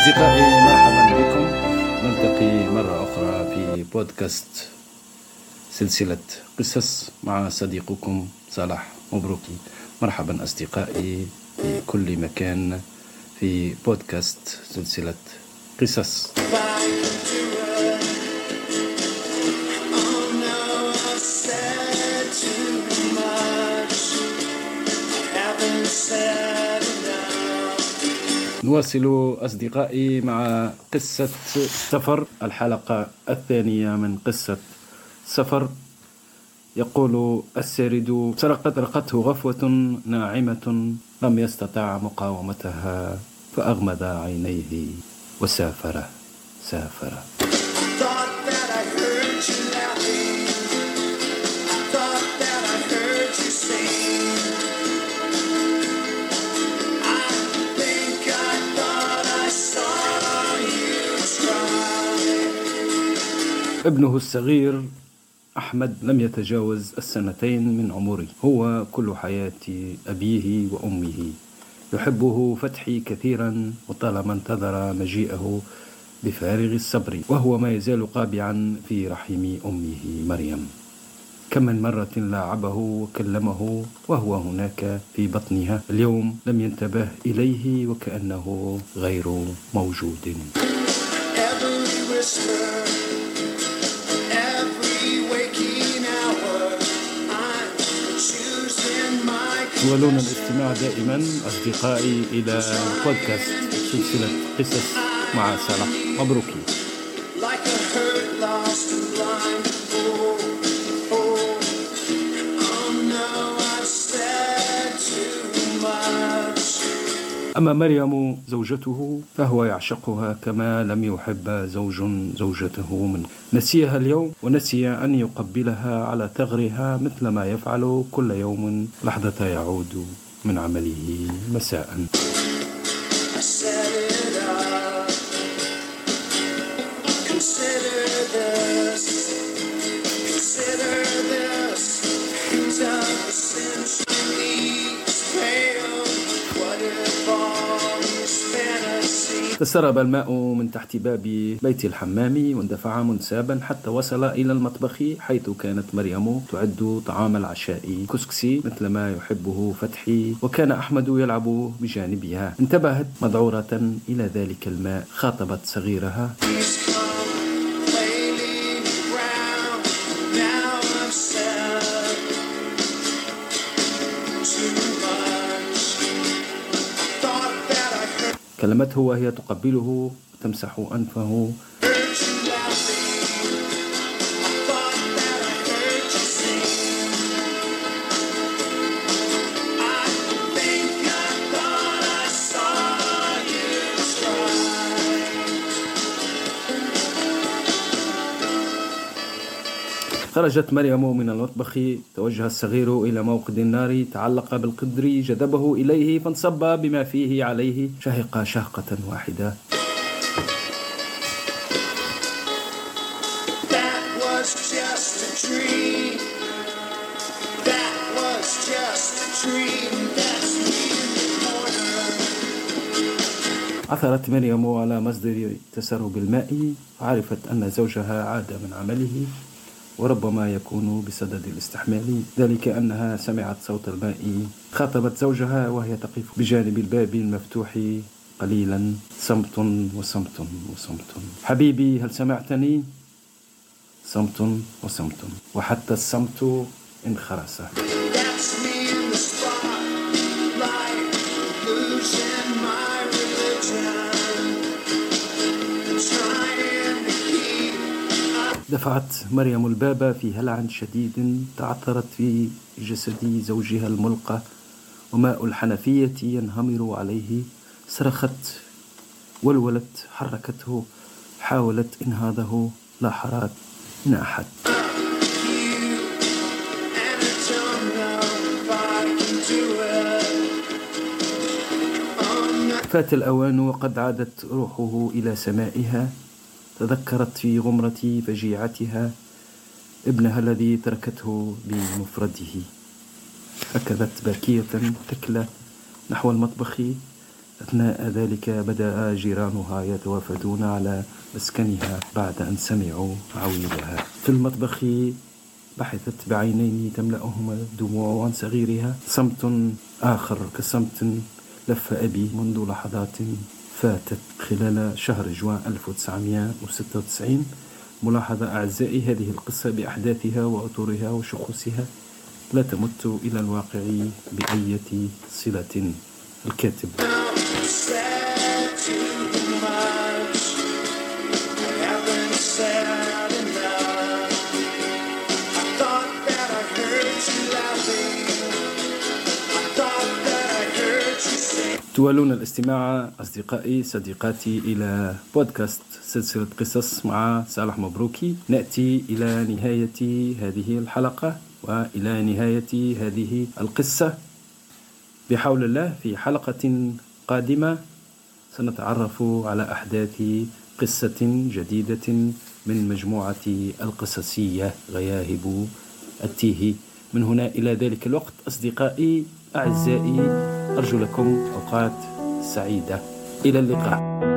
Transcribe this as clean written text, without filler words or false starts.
أصدقائي، مرحبا بكم. نلتقي مرة أخرى في بودكاست سلسلة قصص مع صديقكم صلاح مبروكي. مرحبا أصدقائي في كل مكان في بودكاست سلسلة قصص. نواصل أصدقائي مع قصة سفر، الحلقة الثانية من قصة سفر. يقول السارد: سرقته غفوة ناعمة لم يستطع مقاومتها فأغمض عينيه وسافر. ابنه الصغير أحمد لم يتجاوز 2 من عمره. هو كل حياة أبيه وأمه. يحبه فتحي كثيرا، وطالما انتظر مجيئه بفارغ الصبر، وهو ما يزال قابعا في رحم أمه مريم. كم من مرة لاعبه وكلمه وهو هناك في بطنها. اليوم لم ينتبه إليه وكأنه غير موجود. تولون الاستماع دائما أصدقائي إلى بودكاست سلسلة قصص مع صلاح مبروكي. أما مريم زوجته فهو يعشقها كما لم يحب زوج زوجته منه. نسيها اليوم ونسي أن يقبلها على ثغرها مثل ما يفعل كل يوم لحظة يعود من عمله مساء. تسرب الماء من تحت باب بيت الحمام واندفع منسابا حتى وصل إلى المطبخ، حيث كانت مريم تعد طعام العشاء كسكسي مثل ما يحبه فتحي، وكان أحمد يلعب بجانبها. انتبهت مذعورة إلى ذلك الماء، خاطبت صغيرها: كلمته وهي تقبله وتمسح أنفه. خرجت مريم من المطبخ. توجه الصغير إلى موقد النار، تعلق بالقدر، جذبه إليه فانصب بما فيه عليه، شهق شهقة واحدة. عثرت مريم على مصدر تسرب الماء، وعرفت أن زوجها عاد من عمله، وربما يكون بصدد الاستحمام، ذلك أنها سمعت صوت الماء. خاطبت زوجها وهي تقف بجانب الباب المفتوح. قليلا صمت وصمت وصمت. حبيبي، هل سمعتني؟ صمت وصمت، وحتى الصمت انخرس. دفعت مريم الباب في هلع شديد، تعثرت في جسد زوجها الملقى، وماء الحنفية ينهمر عليه. صرخت، ولولت، حركته، حاولت إنهاضه، لا حراك من أحد. فات الأوان وقد عادت روحه إلى سمائها. تذكرت في غمرة فجيعتها ابنها الذي تركته بمفرده. ركضت باكية تكلى نحو المطبخ، أثناء ذلك بدأ جيرانها يتوافدون على مسكنها بعد أن سمعوا عويلها. في المطبخ بحثت بعينين تملأهما الدموع عن صغيرها. صمت آخر كصمت لف أبي منذ لحظات فاتت خلال شهر جوان 1996. ملاحظة أعزائي: هذه القصة بأحداثها وأطورها وشخوصها لا تمت إلى الواقع بأية صلة. الكاتب. تولون الاستماع أصدقائي صديقاتي إلى بودكاست سلسلة قصص مع صالح مبروكي. نأتي إلى نهاية هذه الحلقة وإلى نهاية هذه القصة بحول الله. في حلقة قادمة سنتعرف على أحداث قصة جديدة من مجموعة القصصية غياهب التيه. من هنا إلى ذلك الوقت أصدقائي أعزائي، أرجو لكم أوقات سعيدة. إلى اللقاء.